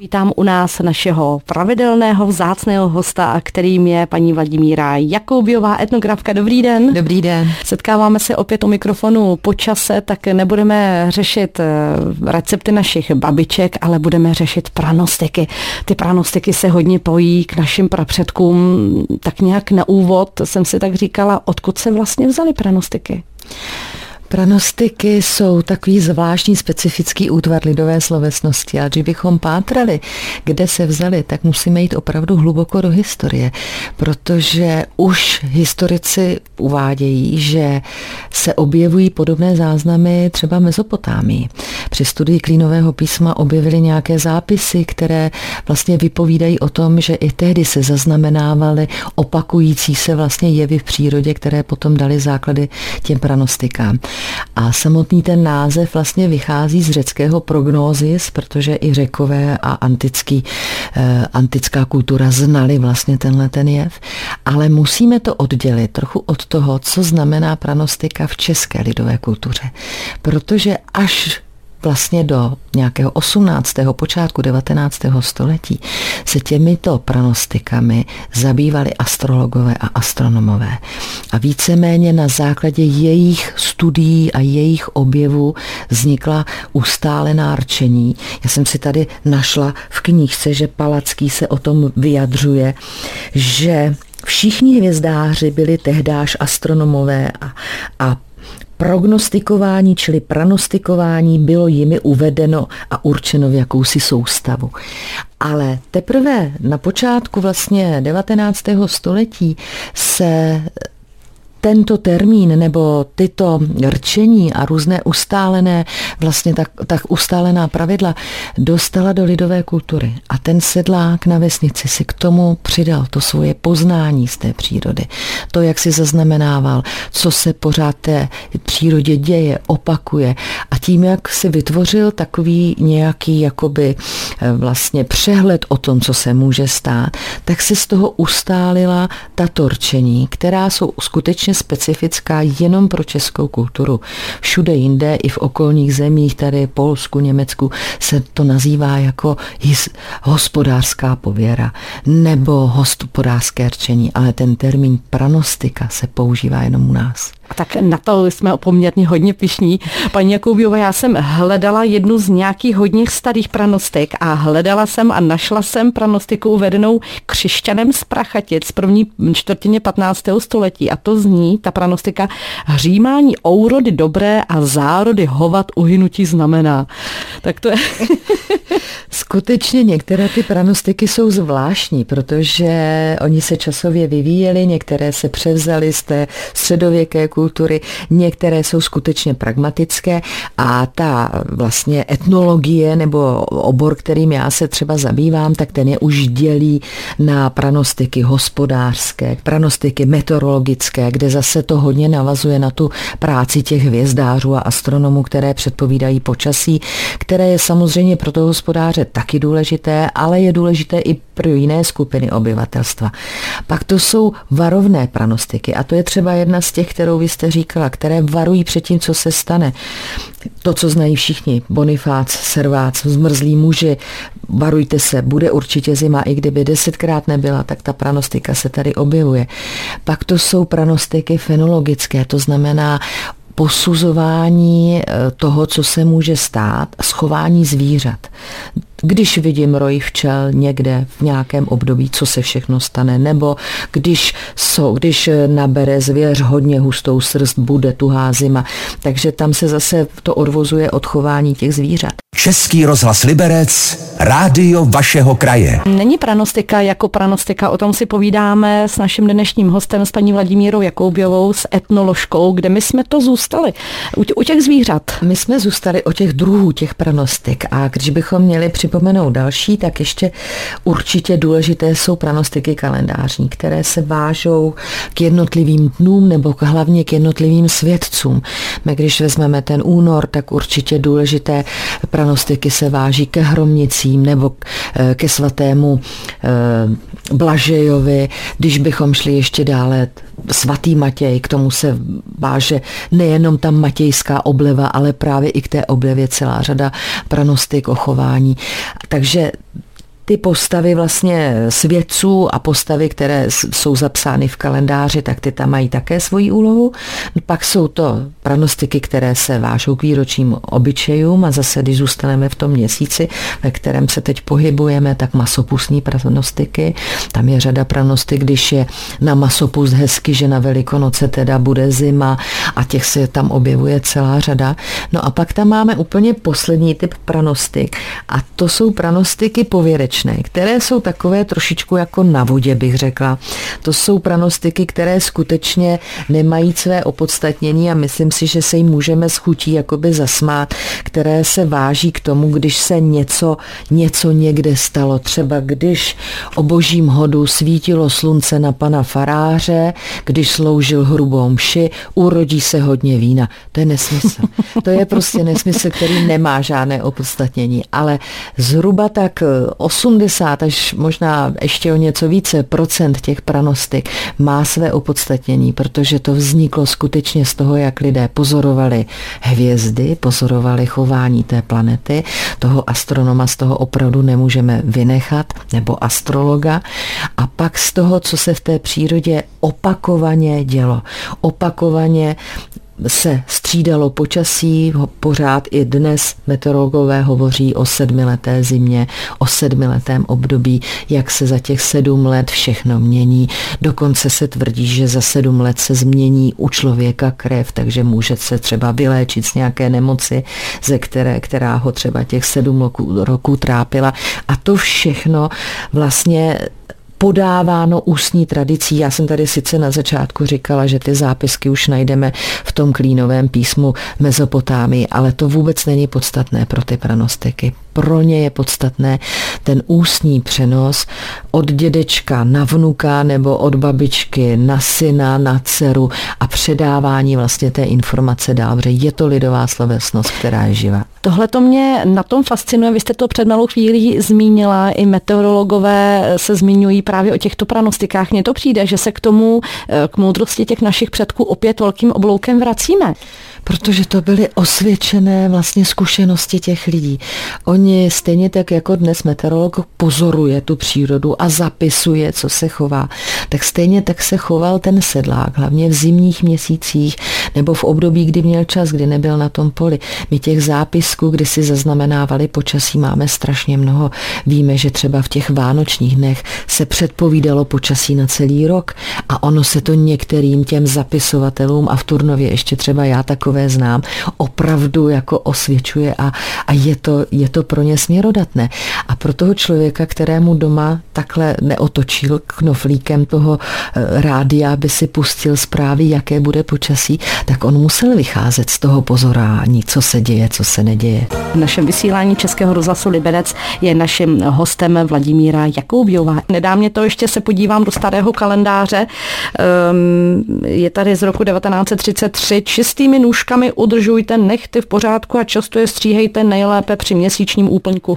Vítám u nás našeho pravidelného vzácného hosta, kterým je paní Vladimíra Jakoubiová, etnografka. Dobrý den. Dobrý den. Setkáváme se opět u mikrofonu po čase, tak nebudeme řešit recepty našich babiček, ale budeme řešit pranostiky. Ty pranostiky se hodně pojí k našim prapředkům. Tak nějak na úvod jsem si tak říkala, odkud se vlastně vzaly pranostiky? Pranostiky jsou takový zvláštní specifický útvar lidové slovesnosti, ale když bychom pátrali, kde se vzaly, tak musíme jít opravdu hluboko do historie, protože už historici uvádějí, že se objevují podobné záznamy třeba v Mezopotámii. Při studii klínového písma objevily nějaké zápisy, které vlastně vypovídají o tom, že i tehdy se zaznamenávaly opakující se vlastně jevy v přírodě, které potom daly základy těm pranostikám. A samotný ten název vlastně vychází z řeckého prognózis, protože i Řekové a antická kultura znali vlastně tenhle ten jev, ale musíme to oddělit trochu od toho, co znamená pranostika v české lidové kultuře, protože až vlastně do nějakého 18. počátku 19. století se těmito pranostikami zabývali astrologové a astronomové. A víceméně na základě jejich studií a jejich objevů vznikla ustálená rčení. Já jsem si tady našla v knížce, že Palacký se o tom vyjadřuje, že všichni hvězdáři byli tehdáž astronomové a prognostikování, čili pranostikování bylo jimi uvedeno a určeno v jakousi soustavu. Ale teprve na počátku vlastně 19. století se tento termín nebo tyto rčení a různé ustálené, vlastně tak ustálená pravidla dostala do lidové kultury. A ten sedlák na vesnici si k tomu přidal to svoje poznání z té přírody. To, jak si zaznamenával, co se pořád té přírodě děje, opakuje. A tím, jak si vytvořil takový nějaký jakoby vlastně přehled o tom, co se může stát, tak se z toho ustálila tato rčení, která jsou skutečně specifická jenom pro českou kulturu. Všude jinde, i v okolních zemích, tady Polsku, Německu, se to nazývá jako hospodářská pověra nebo hospodářské rčení, ale ten termín pranostika se používá jenom u nás. A tak na to jsme poměrně hodně pyšní. Paní Jakoubiová, já jsem hledala jednu z nějakých hodně starých pranostik a hledala jsem a našla jsem pranostiku uvedenou křišťanem z Prachatic z první čtvrtině 15. století. A to zní, ta pranostika, hřímání ourody dobré a zárody hovat uhynutí znamená. Tak to je... Skutečně některé ty pranostiky jsou zvláštní, protože oni se časově vyvíjely, některé se převzaly z té středověké kultury, některé jsou skutečně pragmatické a ta vlastně etnologie nebo obor, kterým já se třeba zabývám, tak ten je už dělí na pranostiky hospodářské, pranostiky meteorologické, kde zase to hodně navazuje na tu práci těch hvězdářů a astronomů, které předpovídají počasí, které je samozřejmě pro toho hospodáře taky důležité, ale je důležité i pro jiné skupiny obyvatelstva. Pak to jsou varovné pranostiky a to je třeba jedna z těch, kterou vy jste říkala, které varují před tím, co se stane. To, co znají všichni, Bonifác, Servác, zmrzlí muži, varujte se, bude určitě zima, i kdyby 10krát nebyla, tak ta pranostika se tady objevuje. Pak to jsou pranostiky fenologické, to znamená posuzování toho, co se může stát, schování zvířat. Když vidím roj včel někde v nějakém období, co se všechno stane, nebo když nabere zvěř hodně hustou srst, bude tuhá zima. Takže tam se zase to odvozuje od chování těch zvířat. Český rozhlas Liberec, rádio vašeho kraje. Není pranostika jako pranostika, o tom si povídáme s naším dnešním hostem, s paní Vladimírou Jakoubiovou, s etnoložkou, kde my jsme to zůstali. U těch zvířat. My jsme zůstali o těch druhů těch pranostik a když bychom měli připomenout další, tak ještě určitě důležité jsou pranostiky kalendářní, které se vážou k jednotlivým dnům nebo hlavně k jednotlivým světcům. My když vezmeme ten únor, tak určitě důležité pranostiky se váží ke Hromnicím nebo ke svatému Blažejovi. Když bychom šli ještě dále, svatý Matěj, k tomu se váže nejenom tam matějská obleva, ale právě i k té oblevě celá řada pranostik o chování. Takže ty postavy vlastně svědců a postavy, které jsou zapsány v kalendáři, tak ty tam mají také svoji úlohu. Pak jsou to pranostiky, které se vážou k výročním obyčejům a zase, když zůstaneme v tom měsíci, ve kterém se teď pohybujeme, tak masopustní pranostiky. Tam je řada pranostik, když je na masopust hezky, že na Velikonoce teda bude zima a těch se tam objevuje celá řada. No a pak tam máme úplně poslední typ pranostik a to jsou pranostiky pověrečné, které jsou takové trošičku jako na vodě, bych řekla. To jsou pranostiky, které skutečně nemají své opodstatnění a myslím si, že se jim můžeme s chutí jakoby zasmát, které se váží k tomu, když se něco někde stalo. Třeba když o božím hodu svítilo slunce na pana faráře, když sloužil hrubou mši, urodí se hodně vína. To je nesmysl. To je prostě nesmysl, který nemá žádné opodstatnění, ale zhruba tak 80 až možná ještě o něco více procent těch pranostik má své opodstatnění, protože to vzniklo skutečně z toho, jak lidé pozorovali hvězdy, pozorovali chování té planety. Toho astronoma z toho opravdu nemůžeme vynechat, nebo astrologa. A pak z toho, co se v té přírodě opakovaně dělo. Opakovaně se střídalo počasí, pořád i dnes meteorologové hovoří o 7leté zimě, o 7letém období, jak se za těch 7 let všechno mění. Dokonce se tvrdí, že za 7 let se změní u člověka krev, takže může se třeba vyléčit z nějaké nemoci, která ho třeba těch 7 roků trápila. A to všechno vlastně podáváno ústní tradicí. Já jsem tady sice na začátku říkala, že ty zápisky už najdeme v tom klínovém písmu Mezopotámii, ale to vůbec není podstatné pro ty pranostiky. Pro ně je podstatné ten ústní přenos od dědečka na vnuka nebo od babičky na syna, na dceru a předávání vlastně té informace dál, protože je to lidová slovesnost, která je živá. Tohle to mě na tom fascinuje. Vy jste to před malou chvílí zmínila, i meteorologové se zmiňují právě o těchto pranostikách. Mně to přijde, že se k tomu, k moudrosti těch našich předků opět velkým obloukem vracíme. Protože to byly osvědčené vlastně zkušenosti těch lidí. Oni stejně tak jako dnes meteorolog pozoruje tu přírodu a zapisuje, co se chová, tak stejně tak se choval ten sedlák, hlavně v zimních měsících nebo v období, kdy měl čas, kdy nebyl na tom poli. My těch zápisků, kdy si zaznamenávali počasí, máme strašně mnoho. Víme, že třeba v těch vánočních dnech se předpovídalo počasí na celý rok a ono se to některým těm zapisovatelům a v Turnově ještě třeba já takové znám, opravdu jako osvědčuje a je to pro ně směrodatné. A pro toho člověka, kterému doma takhle neotočil knoflíkem toho rádia, aby si pustil zprávy, jaké bude počasí, tak on musel vycházet z toho pozorání, co se děje, co se neděje. V našem vysílání Českého rozhlasu Liberec je naším hostem Vladimíra Jakoubiová. Nedá mě to, ještě se podívám do starého kalendáře. Je tady z roku 1933. Čistými nůžkami udržujte nehty v pořádku a často je stříhejte nejlépe při měsíčním úplňku.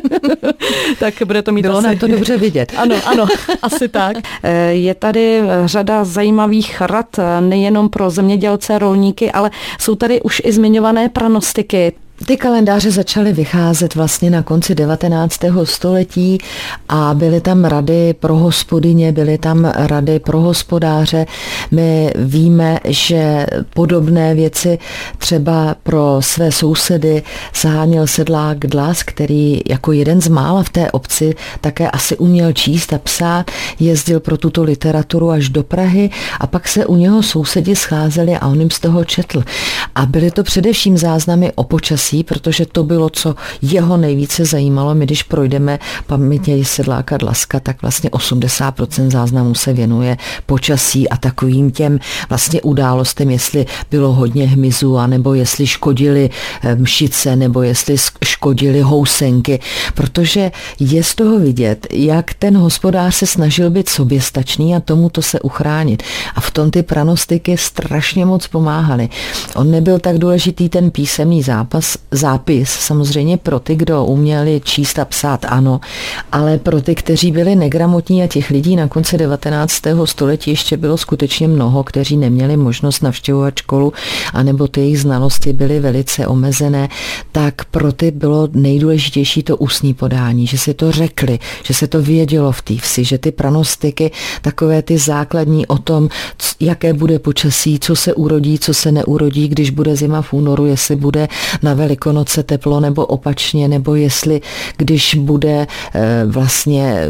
Tak bude to mít bylo asi... nám to dobře vidět. Ano, asi tak. Je tady řada zajímavých rad nejenom pro zemědělce, rolníky, ale jsou tady už i zmiňované pranostiky. Ty kalendáře začaly vycházet vlastně na konci 19. století a byly tam rady pro hospodyně, byly tam rady pro hospodáře. My víme, že podobné věci třeba pro své sousedy zaháněl sedlák Dlas, který jako jeden z mála v té obci také asi uměl číst a psát, jezdil pro tuto literaturu až do Prahy a pak se u něho sousedi scházeli a on jim z toho četl. A byly to především záznamy o počasí, protože to bylo, co jeho nejvíce zajímalo. My, když projdeme paměti sedláka Dlaska, tak vlastně 80% záznamů se věnuje počasí a takovým těm vlastně událostem, jestli bylo hodně hmyzu, anebo jestli škodily mšice, nebo jestli škodily housenky, protože je z toho vidět, jak ten hospodář se snažil být soběstačný a tomuto se uchránit. A v tom ty pranostiky strašně moc pomáhaly. On nebyl tak důležitý ten písemný zápis, samozřejmě pro ty, kdo uměli číst a psát, ano, ale pro ty, kteří byli negramotní a těch lidí na konci 19. století ještě bylo skutečně mnoho, kteří neměli možnost navštěvovat školu, anebo ty jejich znalosti byly velice omezené, tak pro ty bylo nejdůležitější to ústní podání, že si to řekli, že se to vědělo v té vsi, že ty pranostiky, takové ty základní o tom, jaké bude počasí, co se urodí, co se neurodí, když bude zima v únoru, jestli bude na Velikonoce teplo nebo opačně, nebo jestli když bude vlastně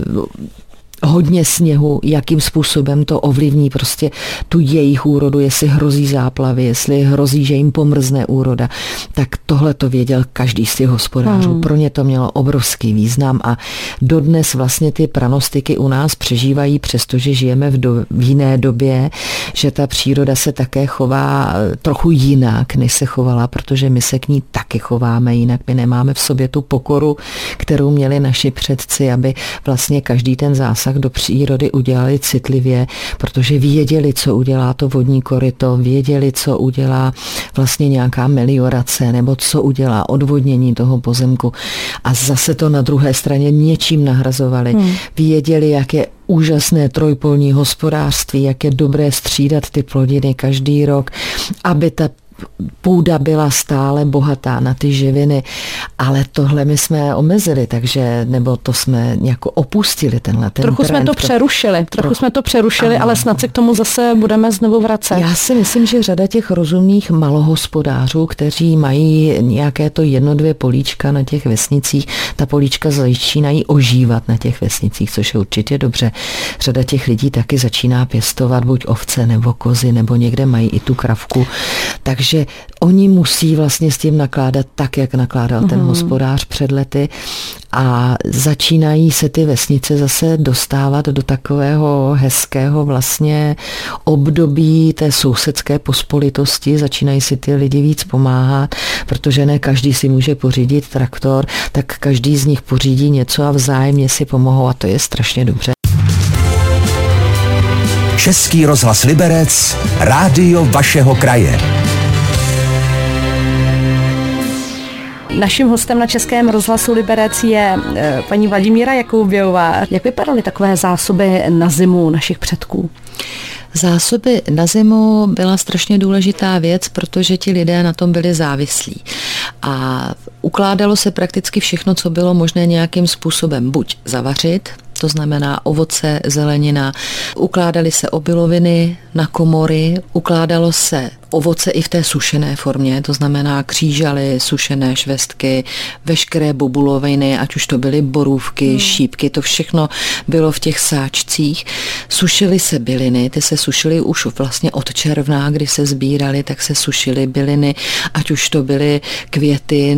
hodně sněhu, jakým způsobem to ovlivní prostě tu jejich úrodu, jestli hrozí záplavy, jestli hrozí, že jim pomrzne úroda. Tak tohle to věděl každý z těch hospodářů. Pro ně to mělo obrovský význam a dodnes vlastně ty pranostiky u nás přežívají, přestože žijeme v jiné době, že ta příroda se také chová trochu jinak, než se chovala, protože my se k ní taky chováme jinak. My nemáme v sobě tu pokoru, kterou měli naši předci, aby vlastně každý ten zásah do přírody udělali citlivě, protože věděli, co udělá to vodní koryto, věděli, co udělá vlastně nějaká meliorace nebo co udělá odvodnění toho pozemku. A zase to na druhé straně něčím nahrazovali. Věděli, jak je úžasné trojpolní hospodářství, jak je dobré střídat ty plodiny každý rok, aby ta půda byla stále bohatá na ty živiny, ale tohle my jsme omezili, takže, nebo to jsme jako opustili tenhle ten Trochu trend. Trochu jsme to přerušili, ale snad se k tomu zase budeme znovu vracet. Já si myslím, že řada těch rozumných malohospodářů, kteří mají nějaké to 1-2 políčka na těch vesnicích, ta políčka začínají ožívat na těch vesnicích, což je určitě dobře. Řada těch lidí taky začíná pěstovat buď ovce nebo kozy, nebo někde mají i tu kravku. Takže oni musí vlastně s tím nakládat tak, jak nakládal ten hospodář před lety a začínají se ty vesnice zase dostávat do takového hezkého vlastně období té sousedské pospolitosti, začínají si ty lidi víc pomáhat, protože ne každý si může pořídit traktor, tak každý z nich pořídí něco a vzájemně si pomohou a to je strašně dobře. Český rozhlas Liberec, rádio vašeho kraje. Naším hostem na Českém rozhlasu Liberec je paní Vladimíra Jakoubějová. Jak vypadaly takové zásoby na zimu našich předků? Zásoby na zimu byla strašně důležitá věc, protože ti lidé na tom byli závislí. A ukládalo se prakticky všechno, co bylo možné nějakým způsobem buď zavařit, to znamená ovoce, zelenina, ukládaly se obiloviny na komory, ukládalo se ovoce i v té sušené formě, to znamená křížaly, sušené švestky, veškeré bobuloviny, ať už to byly borůvky, šípky, to všechno bylo v těch sáčcích. Sušily se byliny, ty se sušily už vlastně od června, kdy se sbíraly, tak se sušily byliny, ať už to byly květy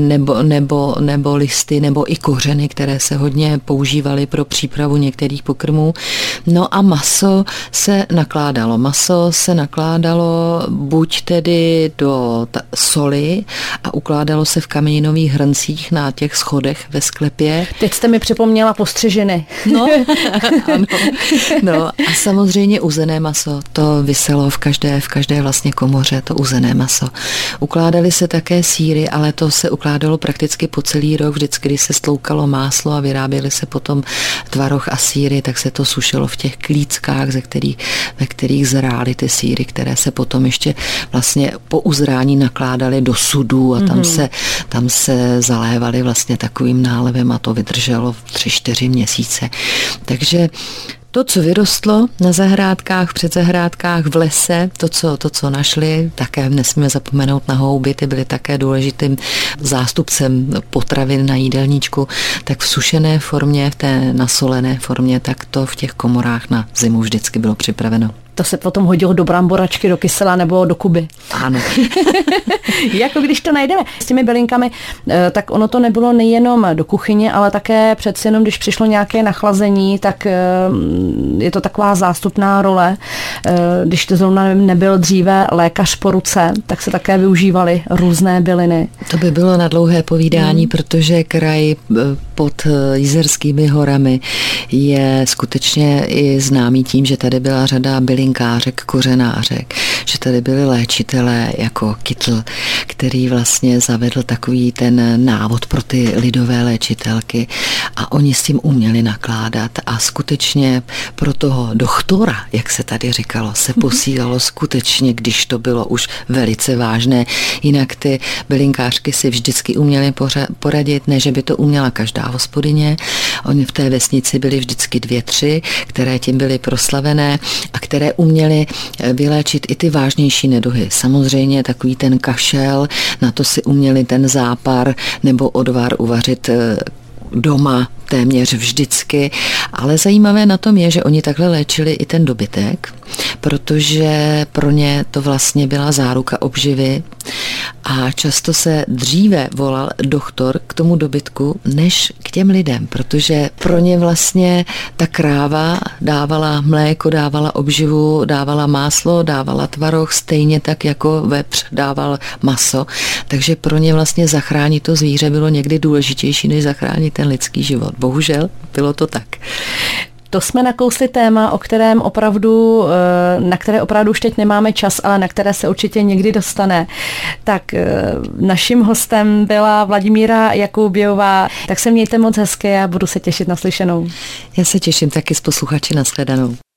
nebo listy, nebo i kořeny, které se hodně používaly pro přípravu některých pokrmů. No a maso se nakládalo. Maso se nakládalo buď tedy do soli a ukládalo se v kameninových hrncích na těch schodech ve sklepě. Teď jste mi připomněla postřežiny. No, ano. No a samozřejmě uzené maso, to viselo v každé vlastně komoře, to uzené maso. Ukládaly se také sýry, ale to se ukládalo prakticky po celý rok, vždycky, když se stloukalo máslo a vyráběly se potom tvaroh a sýry, tak se to sušilo v těch klíckách, ve kterých zrály ty sýry, které se potom ještě vlastně po uzrání nakládaly do sudů a tam se zalévaly vlastně takovým nálevem a to vydrželo 3-4 měsíce. Takže to, co vyrostlo na zahrádkách, před zahrádkách, v lese, to, co našli, také nesmíme zapomenout na houby, ty byly také důležitým zástupcem potravin na jídelníčku, tak v sušené formě, v té nasolené formě, tak to v těch komorách na zimu vždycky bylo připraveno. To se potom hodilo do bramboračky, do kysela nebo do kuby. Ano. Jako když to najdeme s těmi bylinkami, tak ono to nebylo nejenom do kuchyně, ale také přeci jenom, když přišlo nějaké nachlazení, tak je to taková zástupná role. Když to zrovna nebyl dříve lékař po ruce, tak se také využívaly různé byliny. To by bylo na dlouhé povídání, protože kraj pod Jizerskými horami je skutečně i známý tím, že tady byla řada bylin bylinkářek, kořenářek, že tady byli léčitelé jako Kytl, který vlastně zavedl takový ten návod pro ty lidové léčitelky a oni s tím uměli nakládat a skutečně pro toho doktora, jak se tady říkalo, se posílalo skutečně, když to bylo už velice vážné. Jinak ty bylinkářky si vždycky uměly poradit, ne, že by to uměla každá hospodyně. Oni v té vesnici byli vždycky 2, 3, které tím byly proslavené a které uměly vyléčit i ty vážnější neduhy. Samozřejmě takový ten kašel, na to si uměli ten zápar nebo odvar uvařit doma téměř vždycky, ale zajímavé na tom je, že oni takhle léčili i ten dobytek, protože pro ně to vlastně byla záruka obživy a často se dříve volal doktor k tomu dobytku, než k těm lidem, protože pro ně vlastně ta kráva dávala mléko, dávala obživu, dávala máslo, dávala tvaroh, stejně tak jako vepř dával maso, takže pro ně vlastně zachránit to zvíře bylo někdy důležitější, než zachránit ten lidský život. Bohužel bylo to tak. To jsme nakousli téma, na které opravdu už teď nemáme čas, ale na které se určitě někdy dostane. Tak naším hostem byla Vladimíra Jakubiová. Tak se mějte moc hezky a budu se těšit na slyšenou. Já se těším taky s posluchači, nashledanou.